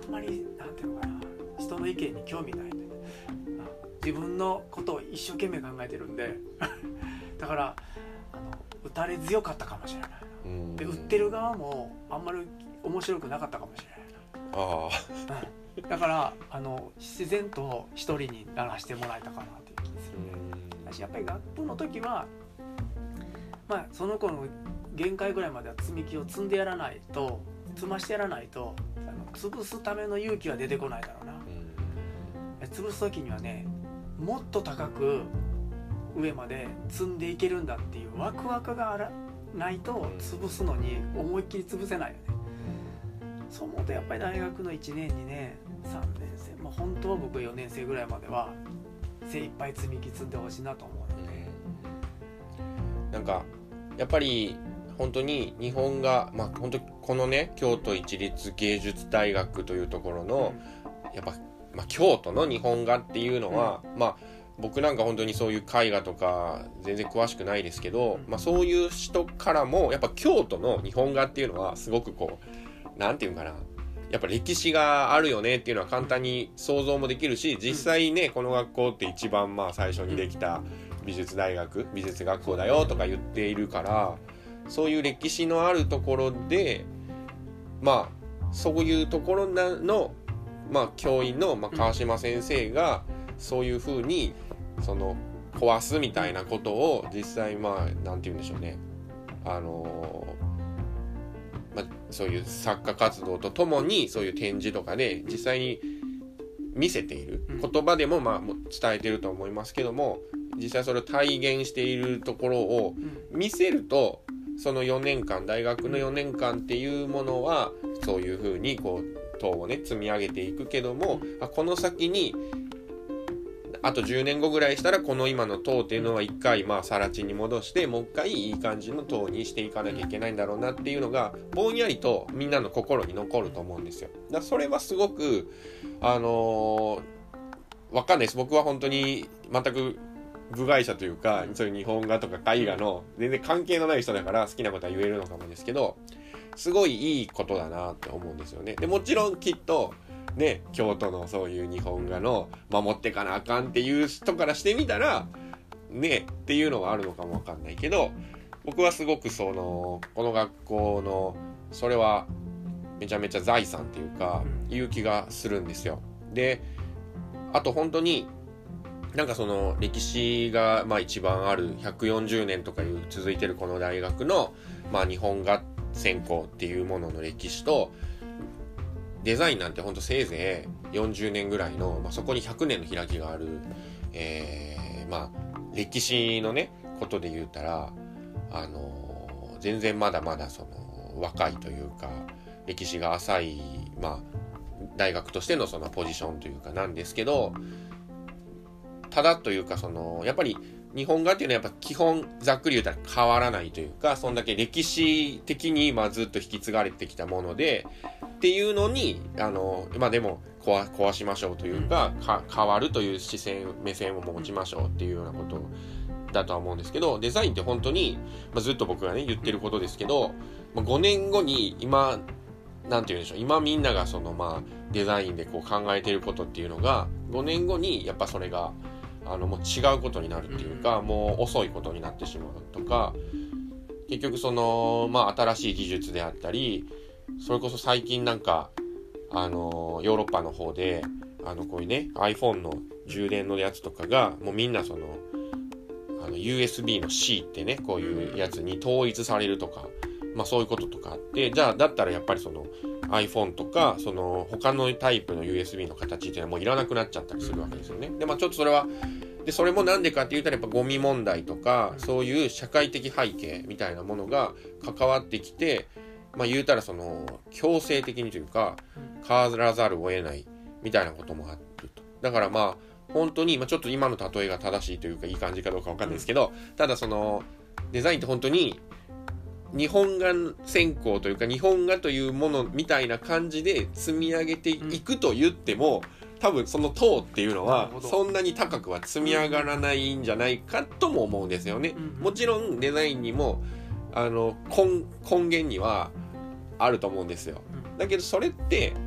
S2: んまりなんていうのかな、人の意見に興味ないんで、自分のことを一生懸命考えてるんでだからあの打たれ強かったかもしれないな。で打ってる側もあんまり面白くなかったかもしれないな。あ、うん、だからあの自然と一人にならしてもらえたかなっていう気がするね。私やっぱり学部の時はまあその子の限界ぐらいまでは積み木を積んでやらないと、積ましてやらないとあの潰すための勇気は出てこないだろうな。潰す時にはね、もっと高く上まで積んでいけるんだっていうワクワクがあらないと潰すのに思いっきり潰せないよね。そう思うとやっぱり大学のいちねんにねんさんねん生、まあ、本当は僕よねん生ぐらいまでは精一杯積み木積んでほしいなと思うので、
S1: なんかやっぱり本当に日本が、まあ本当このね京都市立芸術大学というところの、うん、やっぱ、まあ、京都の日本画っていうのは、うん、まあ僕なんか本当にそういう絵画とか全然詳しくないですけど、うん、まあそういう人からもやっぱ京都の日本画っていうのはすごくこうなんていうかな、やっぱ歴史があるよねっていうのは簡単に想像もできるし、実際ねこの学校って一番まあ最初にできた美術大学美術学校だよとか言っているから、そういう歴史のあるところでまあそういうところのまあ教員のまあ川島先生がそういう風にその壊すみたいなことを実際まあなんて言うんでしょうね、あのーまあ、そういう作家活動とともにそういう展示とかで実際に見せている言葉でもまあ伝えてると思いますけども、実際それを体現しているところを見せると、そのよねんかん大学のよねんかんっていうものはそういう風にこう塔をね積み上げていくけども、あこの先にあとじゅうねんごぐらいしたらこの今の塔っていうのは一回まあ更地に戻してもう一回いい感じの塔にしていかなきゃいけないんだろうなっていうのがぼんやりとみんなの心に残ると思うんですよ。だからそれはすごくあのー、わかんないです。僕は本当に全く部外者というか、そういう日本画とか絵画の全然関係のない人だから好きなことは言えるのかもですけど、すごいいいことだなって思うんですよね。でもちろんきっとね、京都のそういう日本画の守ってかなあかんっていう人からしてみたらねっていうのはあるのかもわかんないけど、僕はすごくそのこの学校のそれはめちゃめちゃ財産っていうかいう気がするんですよ。であと本当になんかその歴史がまあ一番あるひゃくよんじゅうねんとかいう続いてるこの大学のまあ日本画専攻っていうものの歴史とデザインなんてほんとせいぜいよんじゅうねんぐらいの、まあ、そこにひゃくねんの開きがある、えー、まあ歴史のねことで言ったらあのー、全然まだまだその若いというか歴史が浅いまあ大学としてのそのポジションというかなんですけど、ただというかそのやっぱり日本画っていうのはやっぱ基本ざっくり言ったら変わらないというか、そんだけ歴史的にまあずっと引き継がれてきたものでっていうのにあのまあでも 壊, 壊しましょうというか、か変わるという視線目線を持ちましょうっていうようなことだとは思うんですけど、デザインって本当に、まあ、ずっと僕がね言ってることですけど、まあ、ごねんごに今なんて言うんでしょう、今みんながそのまあデザインでこう考えていることっていうのがごねんごにやっぱそれがあのもう違うことになるっていうか、もう遅いことになってしまうとか、結局そのまあ新しい技術であったり、それこそ最近なんかあのヨーロッパの方であのこういうね iPhone の充電のやつとかがもうみんなそのあの ユーエスビー の C ってねこういうやつに統一されるとか、まあそういうこととかあって、じゃあだったらやっぱりその iPhone とかその他のタイプの ユーエスビー の形っていうのはもういらなくなっちゃったりするわけですよね。でまあちょっとそれはでそれもなんでかって言ったらやっぱゴミ問題とかそういう社会的背景みたいなものが関わってきて、まあ言うたらその強制的にというか変わらざるを得ないみたいなこともあると。だからまあ本当に、まあ、ちょっと今の例えが正しいというかいい感じかどうかわかんないですけど、ただそのデザインって本当に日本画専攻というか日本画というものみたいな感じで積み上げていくと言っても、多分その塔っていうのはそんなに高くは積み上がらないんじゃないかとも思うんですよね。もちろんデザインにもあの 根, 根源にはあると思うんですよ。だけどそれって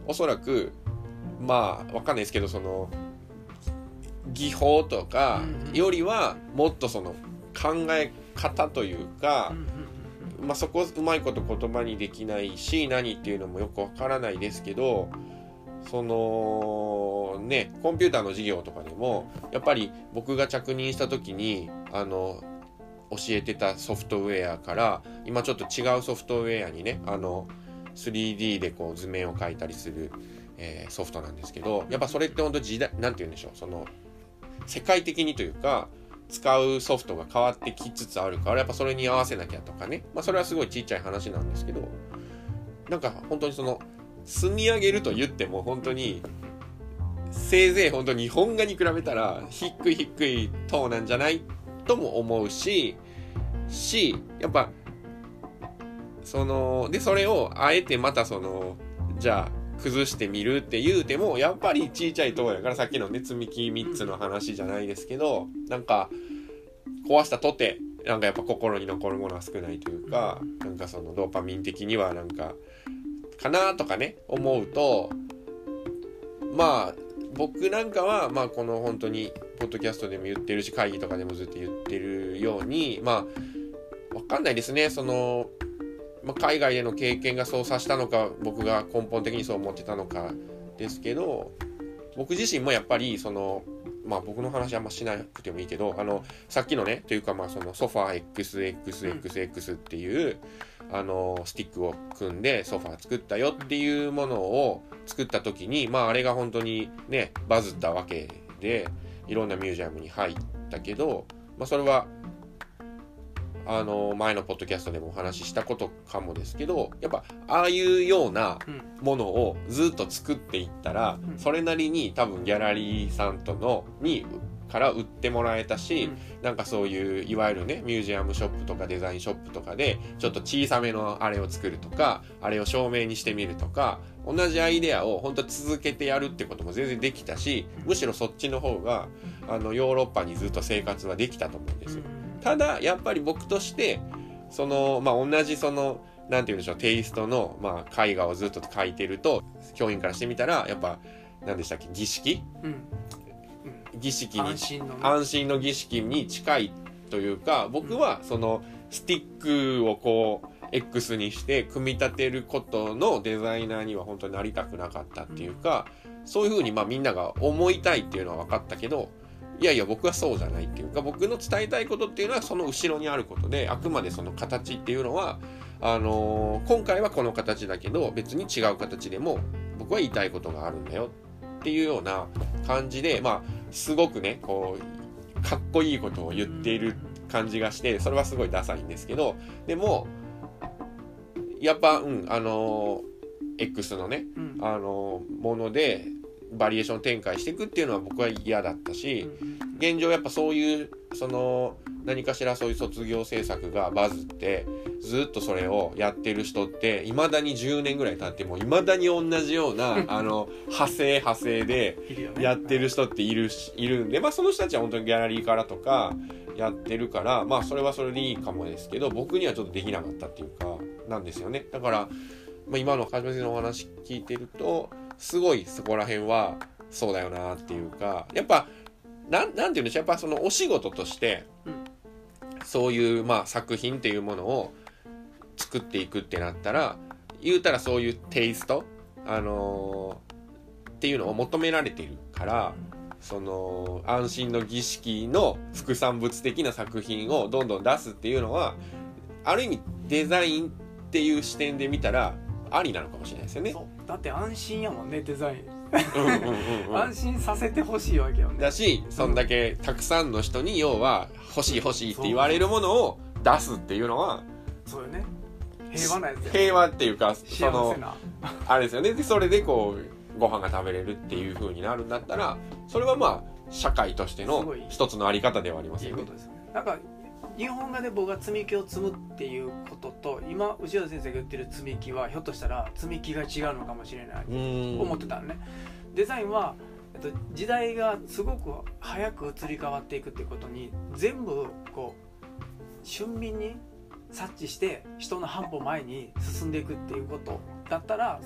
S1: おそらくまあわかんないですけど、その技法とかよりはもっとその考え方というか、まあ、そこうまいこと言葉にできないし何っていうのもよくわからないですけど、そのねコンピューターの授業とかでもやっぱり僕が着任した時にあの教えてたソフトウェアから今ちょっと違うソフトウェアにね、あの スリーディー でこう図面を描いたりする、えー、ソフトなんですけど、やっぱそれって本当時代なんて言うんでしょう、その世界的にというか使うソフトが変わってきつつあるから、やっぱそれに合わせなきゃとかね、まあそれはすごいちっちゃい話なんですけど、なんか本当にその積み上げると言っても本当にせいぜい本当に日本画に比べたら低い低い塔なんじゃないとも思うししやっぱそのでそれをあえてまたそのじゃあ崩してみるって言うてもやっぱりちいちゃい塔やから、さっきのね積み木みっつの話じゃないですけど、なんか壊したとてなんかやっぱ心に残るものは少ないというか、なんかそのドーパミン的にはなんかかなとかね思うと、まあ僕なんかはまあこの本当にポッドキャストでも言ってるし会議とかでもずっと言ってるように、まあわかんないですね、その、まあ、海外での経験がそうさせたのか僕が根本的にそう思ってたのかですけど、僕自身もやっぱりそのまあ僕の話あんましなくてもいいけど、あのさっきのねというかまあそのソファー エックスエックスエックスエックス っていうあのスティックを組んでソファー作ったよっていうものを作った時に、まああれが本当にねバズったわけでいろんなミュージアムに入ったけど、まあそれはあの前のポッドキャストでもお話ししたことかもですけど、やっぱああいうようなものをずっと作っていったら、それなりに多分ギャラリーさんとのにから売ってもらえたし、なんかそういういわゆるねミュージアムショップとかデザインショップとかでちょっと小さめのあれを作るとか、あれを証明にしてみるとか、同じアイデアを本当続けてやるってことも全然できたし、むしろそっちの方があのヨーロッパにずっと生活はできたと思うんですよ。ただやっぱり僕としてそのまあ同じそのなんて言うんでしょうテイストのまあ絵画をずっと描いてると教員からしてみたらやっぱ何でしたっけ儀式、うんうん、儀式に安心の、ね、安心の儀式に近いというか、僕はそのスティックをこう X にして組み立てることのデザイナーには本当になりたくなかったっていうか、そういうふうにまあみんなが思いたいっていうのは分かったけど、いやいや僕はそうじゃないっていうか、僕の伝えたいことっていうのはその後ろにあることで、あくまでその形っていうのはあのー、今回はこの形だけど別に違う形でも僕は言いたいことがあるんだよっていうような感じで、まあすごくねこうかっこいいことを言っている感じがして、それはすごいダサいんですけど、でもやっぱうんあのー、X のね、うん、あのー、ものでバリエーション展開していくっていうのは僕は嫌だったし、現状やっぱそういうその何かしらそういう卒業制作がバズってずっとそれをやってる人って未だにじゅうねんぐらい経っても未だに同じようなあの派生派生でやってる人っているしいるんで、まあその人たちは本当にギャラリーからとかやってるから、まあそれはそれでいいかもですけど、僕にはちょっとできなかったっていうかなんですよね。だから、まあ、今のはじめのお話聞いてるとすごいそこら辺はそうだよなっていうか、やっぱなん、なんて言うんでしょう、やっぱそのお仕事としてそういうまあ作品っていうものを作っていくってなったら、言うたらそういうテイスト、あのー、っていうのを求められているから、その安心の儀式の副産物的な作品をどんどん出すっていうのはある意味デザインっていう視点で見たらありなのかもしれないですよね。
S2: そうだって安心やもんねデザインうんうんうん、うん、安心させてほしいわけよね。
S1: だしそんだけたくさんの人に要は欲しい欲しいって言われるものを出すっていうのは
S2: そうよね、平和なやつや、
S1: 平和っていうか
S2: その
S1: あれですよね。でそれでこうご飯が食べれるっていう風になるんだったら、それはまあ社会としての一つのあり方ではありますよね。
S2: いいことですよね。なんか日本画で僕が積み木を積むっていうことと今内田先生が言ってる積み木はひょっとしたら積み木が違うのかもしれないと思ってたのね。デザインは、えっと、時代がすごく早く移り変わっていくっていうことに全部こう俊敏に察知して人の半歩前に進んでいくっていうことだったら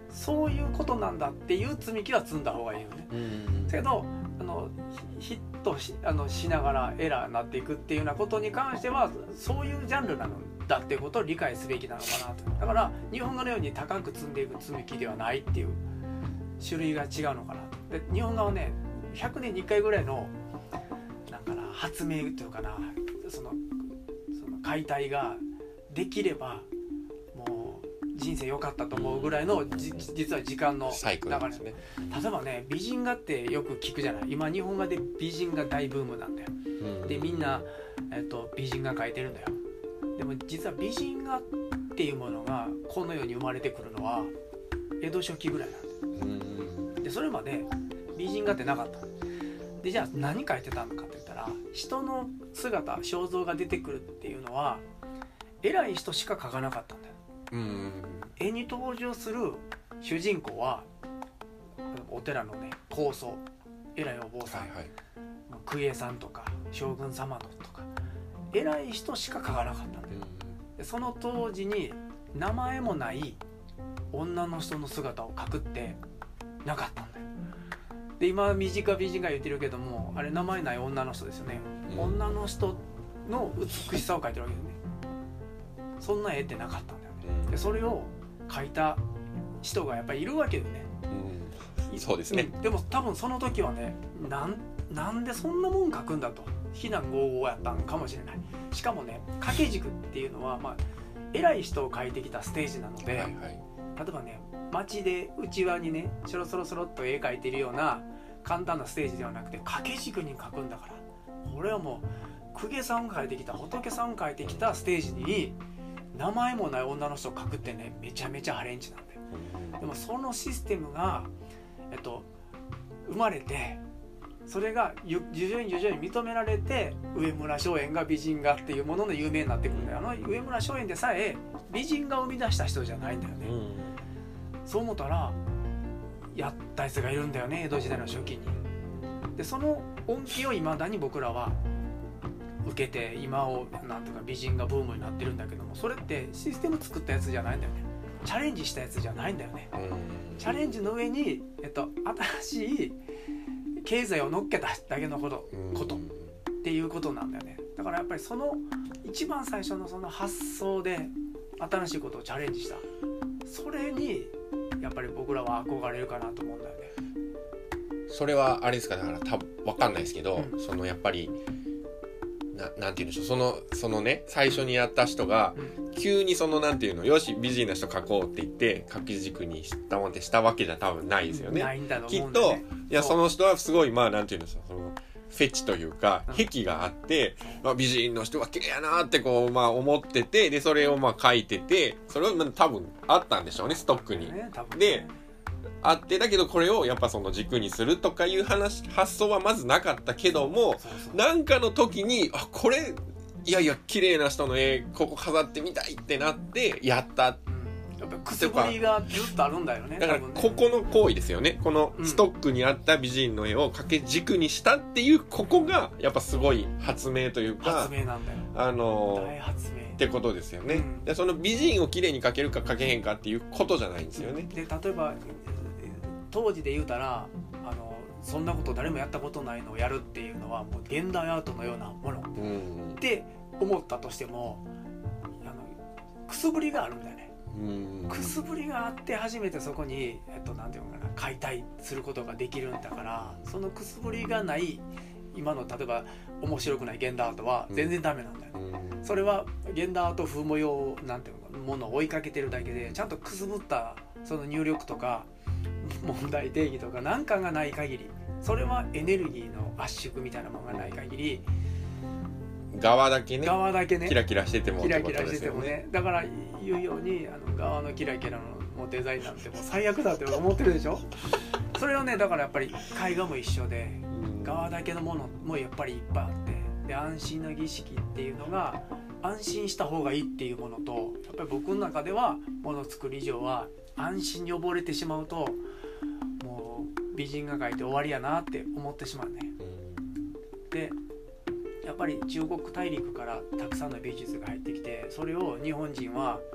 S2: そういうことなんだっていう積み木は積んだ方がいいよね。
S1: うん
S2: けどあのヒット し, あのしながらエラーになっていくっていうようなことに関してはそういうジャンルなのだっていうことを理解すべきなのかなと。だから日本画のように高く積んでいく積み木ではないっていう種類が違うのかなと。で日本画はねひゃくねんにいっかいぐらいのなんかな発明というかなそのその解体ができればもう人生良かったと思うぐらいのじ実は時間の
S1: サイクルですね。
S2: 例えばね美人画ってよく聞くじゃない。今日本画で美人画大ブームなんだよ。でみんな、えっと、美人画描いてるんだよ。でも実は美人画っていうものがこの世に生まれてくるのは江戸初期ぐらいなんだよ。でそれまで美人画ってなかった。でじゃあ何描いてたのかって言ったら人の姿肖像が出てくるっていうのは偉い人しか描かなかったんだよ。
S1: うん
S2: 絵に登場する主人公はお寺のね高僧偉いお坊さん、はいはい、公家さんとか将軍様のとか偉い人しか描かなかったんだよ。でその当時に名前もない女の人の姿を描くってなかったんだよ。で今短美人が言ってるけどもあれ名前ない女の人ですよね、うん、女の人の美しさを描いてるわけですね。そんな絵ってなかったんだよね。でそれを描いた人がやっぱりいるわけよね、
S1: うん、そうですね、
S2: うん、でも多分その時はねなん、なんでそんなもん描くんだと非難合々やったんかもしれない。しかもね掛け軸っていうのは、まあ、偉い人を描いてきたステージなので、はいはい、例えばね街で内輪にねそろそろそろっと絵描いてるような簡単なステージではなくて掛け軸に描くんだから、これはもう公家さんを描いてきた仏さんを描いてきたステージに名前もない女の人を描くってねめちゃめちゃハレンチなんだよ。でもそのシステムが、えっと、生まれてそれが徐々に徐々に認められて上村松園が美人画っていうものの有名になってくるんだよ。あの上村松園でさえ美人画を生み出した人じゃないんだよね、うん、そう思ったらやったやつがいるんだよね江戸時代の初期に。でその恩恵をいまだに僕らは受けて今をなんとか美人画ブームになってるんだけども、それってシステム作ったやつじゃないんだよね。チャレンジしたやつじゃないんだよね。チャレンジの上に、えっと、新しい経済を乗っけただけのこと、ことっていうことなんだよね。だからやっぱりその一番最初のその発想で新しいことをチャレンジした、それにやっぱり僕らは憧れるかなと思うんだよね。
S1: それはあれですか、だから多分分かんないですけど、うん、そのやっぱりななんて言うんでしょう、そのそのね最初にやった人が、うん、急にそのなんていうのよし美人な人描こうって言って掛け軸にしたもんってしたわけじゃ多分ないですよね。
S2: ないんだと思
S1: きっ
S2: うんだよね。
S1: といやその人はすごいまあなんて言うんでしょう、そのフェチというか癖があって、まあ、美人の人は綺麗やなってこうまあ思ってて、でそれをまあ描いてて、それは多分あったんでしょうねストックに、ね、であって、だけどこれをやっぱその軸にするとかいう話発想はまずなかったけども、そうそうなんかの時にあこれいやいや綺麗な人の絵ここ飾ってみたいってなってやった。
S2: やっぱくすぶりがずっとあるんだよね。
S1: だからここの行為ですよね。このストックにあった美人の絵を掛け軸にしたっていう、ここがやっぱすごい発明というか、
S2: 発明なんだよ。
S1: あの
S2: 大発明
S1: ってことですよね、うん、でその美人を綺麗に描けるか描けへんかっていうことじゃないんですよね。
S2: で例えば当時で言うたらあのそんなこと誰もやったことないのをやるっていうのはもう現代アートのようなもの、うん、って思ったとしてもあのくすぶりがあるんだよね。うん、くすぶりがあって初めてそこに、えっと、なんていうのかな解体することができるんだから、そのくすぶりがない今の例えば面白くない現代アートは全然ダメなんだよ、うん、それは現代アート風模様なんていうのものを追いかけてるだけで、ちゃんとくすぶったその入力とか問題定義とかなんかがない限り、それはエネルギーの圧縮みたいなものがない限り、
S1: 側だけね
S2: 側だけね
S1: キラキラしてても
S2: キラキラしててもね、だから言うようにあの側のキラキラのもうデザインなんてもう最悪だって思ってるでしょそれをねだからやっぱり絵画も一緒で、側だけのものもやっぱりいっぱいあって、で安心の儀式っていうのが安心した方がいいっていうものと、やっぱり僕の中ではもの作り以上は安心に溺れてしまうともう美人が描いて終わりやなって思ってしまうね。でやっぱり中国大陸からたくさんの美術が入ってきて、それを日本人は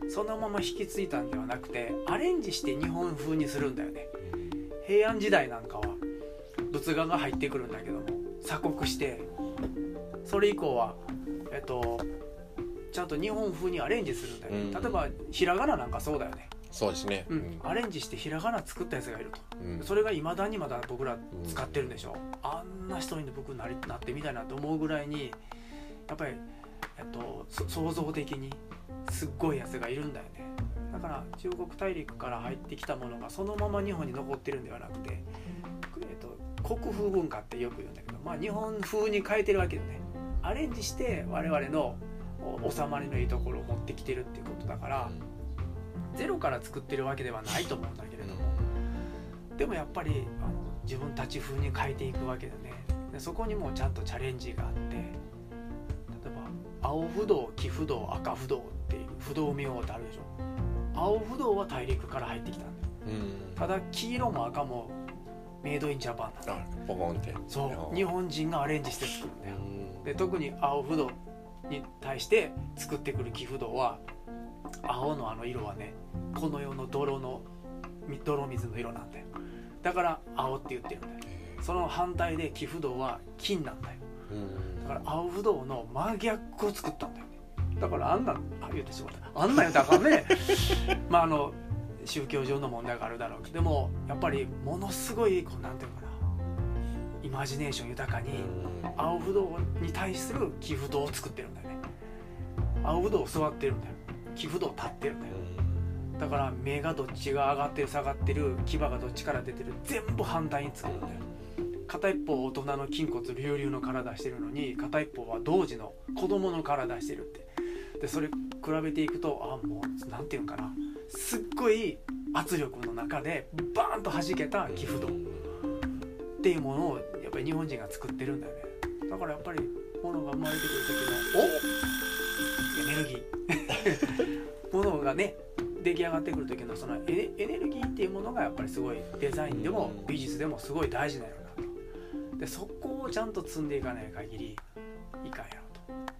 S2: そのまま引き継いだんではなくてアレンジして日本風にするんだよね。平安時代なんかは仏画が入ってくるんだけども鎖国して、それ以降はえっとちゃんと日本風にアレンジするんだよね、うん、例えばひらがななんかそうだよね。
S1: そうですね、
S2: うん、アレンジしてひらがな作ったやつがいると、
S1: うん、
S2: それがいまだにまだ僕ら使ってるんでしょ、うん、あんな人に僕なりなってみたいなと思うぐらいにやっぱり、えっと、創造的にすっごいやつがいるんだよね。だから中国大陸から入ってきたものがそのまま日本に残ってるんではなくて、えっと、国風文化ってよく言うんだけど、まあ、日本風に変えてるわけよね。アレンジして我々の収まりのいいところを持ってきてるっていうことだから、ゼロから作ってるわけではないと思うんだけれども、でもやっぱりあの自分たち風に変えていくわけだね。でそこにもちゃんとチャレンジがあって、例えば青不動、黄不動、赤不動っていう不動明王ってあるでしょ。青不動は大陸から入ってきたんだよ、うん、ただ黄色も赤もメイドインジャパンなんだよ。
S1: ポコンって
S2: そう日本人がアレンジして作るんだよ。で特に青不動に対して作ってくる黄不動は、青のあの色はねこの世の泥の泥水の色なんだよ。だから青って言ってるんだよ。その反対で黄不動は金なんだよ。だから青不動の真逆を作ったんだよね。だからあんなあ言ってしまったあんなんやったらあかんねまああの宗教上の問題があるだろうけど、でもやっぱりものすごいこうなんていうのかな、イマジネーション豊かに青不動に対する黄不動を作ってるんだよね。青不動座ってるんだよ、黄不動立ってるんだよ。だから目がどっちが上がってる下がってる、牙がどっちから出てる、全部反対に作るんだよ。片一方大人の筋骨隆々の体してるのに、片一方は童子の子供の体してるって。でそれ比べていくと、あもうなんていうんかな、すっごい圧力の中でバーンと弾けた黄不動っていうものをやっぱり日本人が作ってるんだよね。だからやっぱり物が生まれてくる時のおエネルギー物がね出来上がってくる時のそのエネルギーっていうものがやっぱりすごいデザインでも美術でもすごい大事なのなと。でそこをちゃんと積んでいかない限りいかんやろと。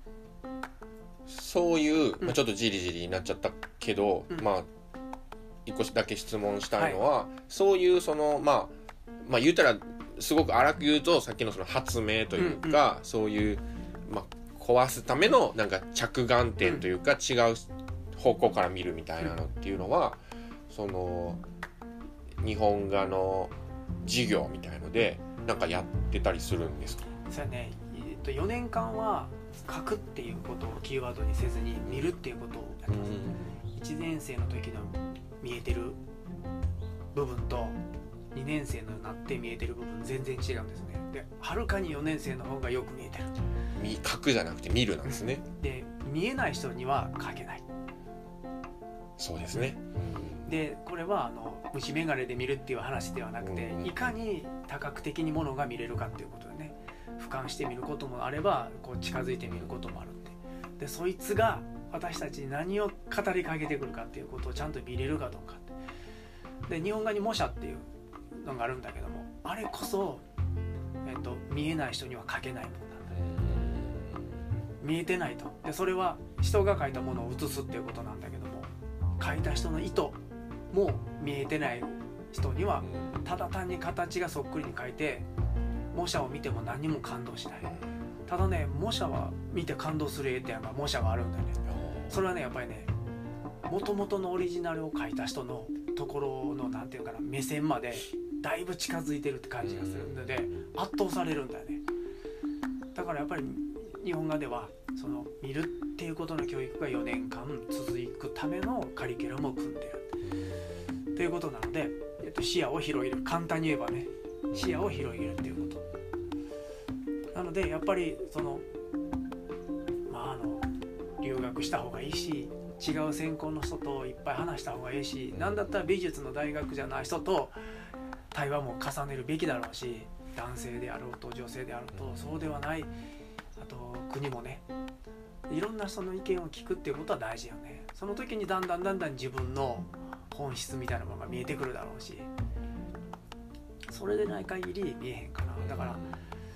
S1: そういう、まあ、ちょっとじりじりになっちゃったけど、うん、まあ一個だけ質問したいのは、はい、そういうそのまあまあ言うたらすごく荒く言うとさっきのその発明というか、うんうん、そういう、まあ、壊すためのなんか着眼点というか、うん、違う方向から見るみたいなのっていうのは、うん、その日本画の授業みたいのでなんかやってたりするんですか？
S2: そうね、えっと、よねんかんは書くっていうことをキーワードにせずに見るっていうことをやってます、うん、いちねん生の時の見えてる部分とにねん生のなって見えてる部分全然違うんですね。ではるかによねん生の方がよく見えてる。
S1: 書くじゃなくて見るなんですね。
S2: で見えない人には書けない。
S1: そうですね、
S2: うん、でこれはあの虫眼鏡で見るっていう話ではなくて、うん、いかに多角的にものが見れるかっていうことでね、俯瞰して見ることもあればこう近づいて見ることもあるんで、でそいつが私たちに何を語りかけてくるかっていうことをちゃんと見れるかどうかって。で日本画に模写っていうのがあるんだけども、あれこそ、えっと、見えない人には描けないものなんだね。見えてないと。でそれは人が描いたものを写すっていうことなんだけども、描いた人の意図も見えてない人にはただ単に形がそっくりに描いて模写を見ても何も感動しない。ただね、模写は見て感動する絵っていうのが模写があるんだよね。それはねやっぱりね、元々のオリジナルを描いた人のところのなんていうかな、目線までだいぶ近づいてるって感じがするので圧倒されるんだよね。だからやっぱり日本画ではその見るっていうことの教育がよねんかん続くためのカリキュラムを組んでるということなので、えっと、視野を広げる、簡単に言えばね視野を広げるっていうことなので、やっぱりそのまああの留学した方がいいし、違う専攻の人といっぱい話した方がいいし、なんだったら美術の大学じゃない人と対話も重ねるべきだろうし、男性であろうと女性であろうとそうではない、あと国もね、いろんな人の意見を聞くっていうことは大事よね。その時にだんだんだんだん自分の本質みたいなものが見えてくるだろうし、それでない限り見えへんかな。だから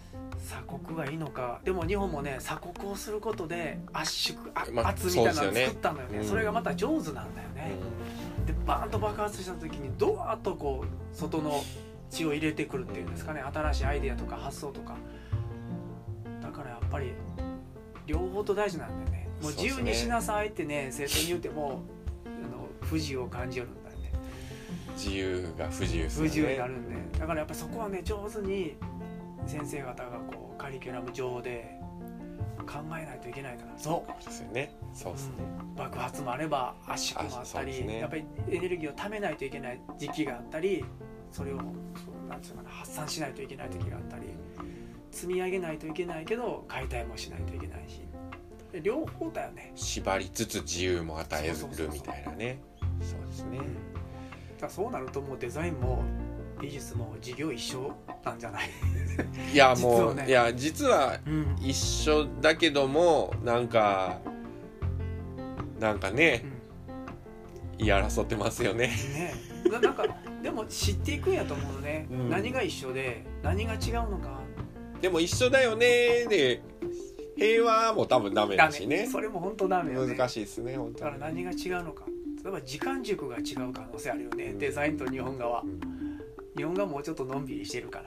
S2: 鎖国がいいのか。でも日本もね鎖国をすることで圧縮あ、
S1: まあ、
S2: 圧みたいなのを作
S1: そうですよね
S2: ったんだよね。
S1: うん
S2: それがまた上手なんだよね、でバーンと爆発した時にドワーッとこう外の血を入れてくるっていうんですかね、新しいアイデアとか発想とか。だからやっぱり両方と大事なんだよね。もう自由にしなさいってね生徒に言うてもあの不自由を感じるんだよね。
S1: 自由が不自由ですよね。
S2: 不自由になるんで、だからやっぱりそこはね上手に先生方がこうカリキュラム上で考えないといけないから。そう
S1: ですよね。そうですね、
S2: うん、爆発もあれば圧縮もあったり、ね、やっぱりエネルギーをためないといけない時期があったり、それをなんていうかな発散しないといけない時があったり、積み上げないといけないけど解体もしないといけないし、両方だよね。
S1: 縛りつつ自由も与えるみたいなね。そうですね、うん、だ
S2: からそうなるともうデザインも美術も授業一緒なんじゃない
S1: いやもう、
S2: ね、
S1: いや実は一緒だけども、うん、なんかなんかね、うん、言い争ってますよね。
S2: ねな、なんかでも知っていくんやと思うね、うん、何が一緒で何が違うのか。
S1: でも一緒だよねで平和も多分ダメだしね。
S2: それも本当ダメよね。
S1: 難しいですね本当に。
S2: だから何が違うのか。例えば時間軸が違う可能性あるよね、うん、デザインと日本画は、うん、日本画はもうちょっとのんびりしてるから。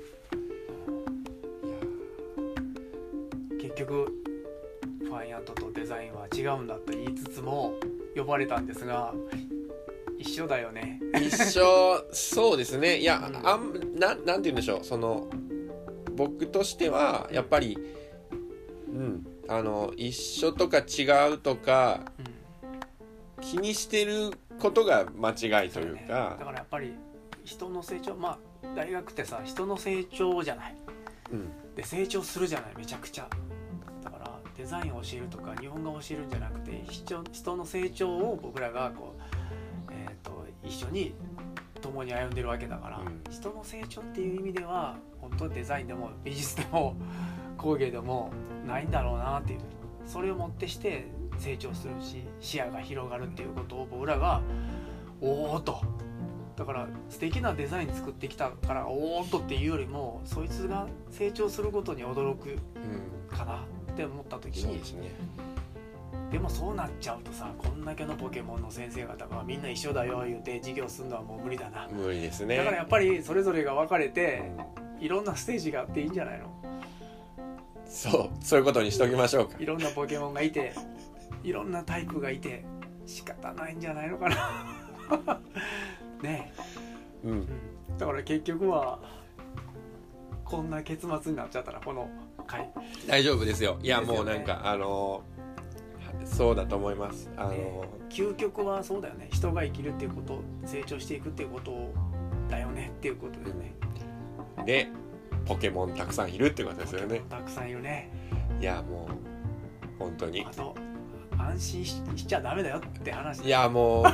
S2: 結局ファインアートとデザインは違うんだと言いつつも呼ばれたんですが一緒だよね。
S1: 一緒そうですね。いや、うん、あん な, なんて言うんでしょう、その僕としてはやっぱり、うん、あの一緒とか違うとか、うん、気にしてることが間違いというか。
S2: ね、だからやっぱり人の成長、まあ大学ってさ人の成長じゃない、うん、で成長するじゃないめちゃくちゃ。だからデザインを教えるとか日本画を教えるんじゃなくて人, 人の成長を僕らがこう、えー、と一緒に共に歩んでるわけだから、うん、人の成長っていう意味では本当デザインでも美術でも工芸でもないんだろうなっていう。それをもってして成長するし視野が広がるっていうことを僕らがおーっと。だから素敵なデザイン作ってきたからおーっとっていうよりもそいつが成長することに驚くかなって思った時に、うん、そうですね。でもそうなっちゃうとさこんだけのポケモンの先生方がみんな一緒だよ言うて授業するのはもう無理だな。
S1: 無理ですね。
S2: だからやっぱりそれぞれが分かれて、うん、いろんなステージがあっていいんじゃないの。
S1: そうそういうことにしときましょうか。
S2: いろんなポケモンがいていろんなタイプがいて仕方ないんじゃないのかなねえ、うん、だから結局はこんな結末になっちゃったらこの回
S1: 大丈夫ですよ。いやですよ、ね、もうなんかあのそうだと思います。あの、ね、
S2: 究極はそうだよね。人が生きるっていうこと成長していくっていうことだよねっていうことだよね。
S1: でポケモンたくさんいるってことですよね。
S2: たくさんいるね。
S1: いやもう本当に
S2: あと安心 し, しちゃダメだよって話。
S1: いやもう、うん、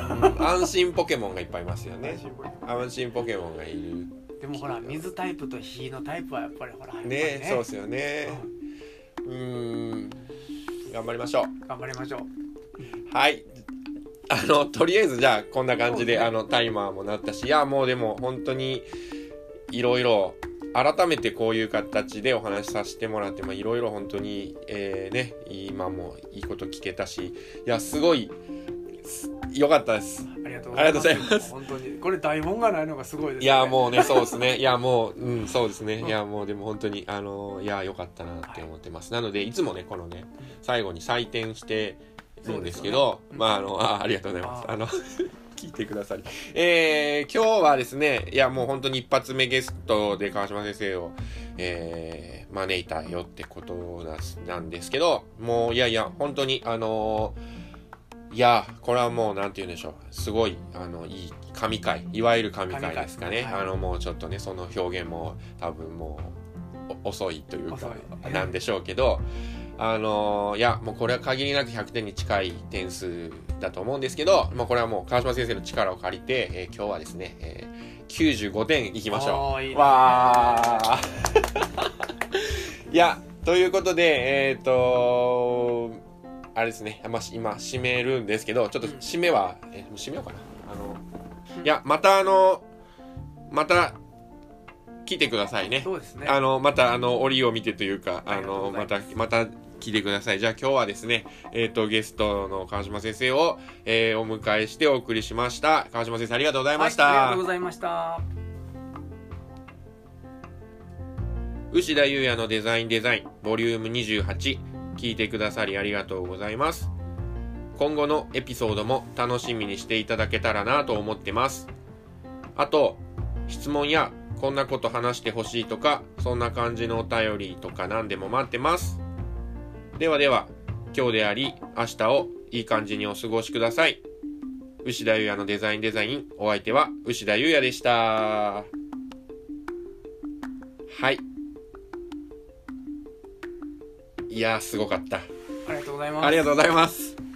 S1: 安心ポケモンがいっぱいいますよね。安心ポケモン、安心ポケモンがいる。
S2: でもほら水タイプと火のタイプはやっぱりほらね,
S1: ねそうですよね。うん、うーん頑張りましょう。
S2: 頑張りましょう。
S1: はいあのとりあえずじゃあこんな感じで、ね、あのタイマーもなったし、いやもうでも本当にいろいろ改めてこういう形でお話しさせてもらっていろいろ本当に、えー、ね今もいいこと聞けたし、いやすごい良かったです。
S2: ありがとうございます。本当にこれ台本がないのがすごいですね。
S1: いやもうねそうですね。いやもううんそうですね。いやもうでも本当にあのいや良かったなって思ってます。はい、なのでいつもねこのね最後に採点してるんですけど、ね、まああの あ, ありがとうございます。あ, あの聞いてくださり、えー、今日はですねいやもう本当に一発目ゲストで川島先生を、えー、招いたよってことなんですけど、もういやいや本当にあのー、いやこれはもうなんて言うんでしょう、すごいあのいい神回、いわゆる神回ですかね。はい、あのもうちょっとねその表現も多分もう遅いというかなんでしょうけど、あのー、いやもうこれは限りなくひゃくてんに近い点数だと思うんですけど、まあ、これはもう川島先生の力を借りて、えー、今日はですね、えー、きゅうじゅうごてんいきましょう。いいね、わーいやということでえっ、ー、とあれですね、まあ、今締めるんですけど、ちょっと締めは、えー、締めようかな。あのいやまたあのまた来てくださいね。
S2: そうですね。
S1: あのまたあの折を見てというか、あ
S2: ありがとう
S1: のま
S2: ございます
S1: たまた来てください。じゃあ今日はですね、えっ、とゲストの川島先生を、えーお迎えしてお送りしました。川島先生ありがとうございました。
S2: はい、ありがとうございました。
S1: 牛田裕也のデザインデザインボリュームにじゅうはち、聞いてくださりありがとうございます。今後のエピソードも楽しみにしていただけたらなと思ってます。あと質問やこんなこと話してほしいとか、そんな感じのお便りとか何でも待ってます。ではでは、今日であり明日をいい感じにお過ごしください。牛田裕也のデザインデザイン、お相手は牛田裕也でした。はい、いやーすごかった。
S2: ありがとうございます。
S1: ありがとうございます。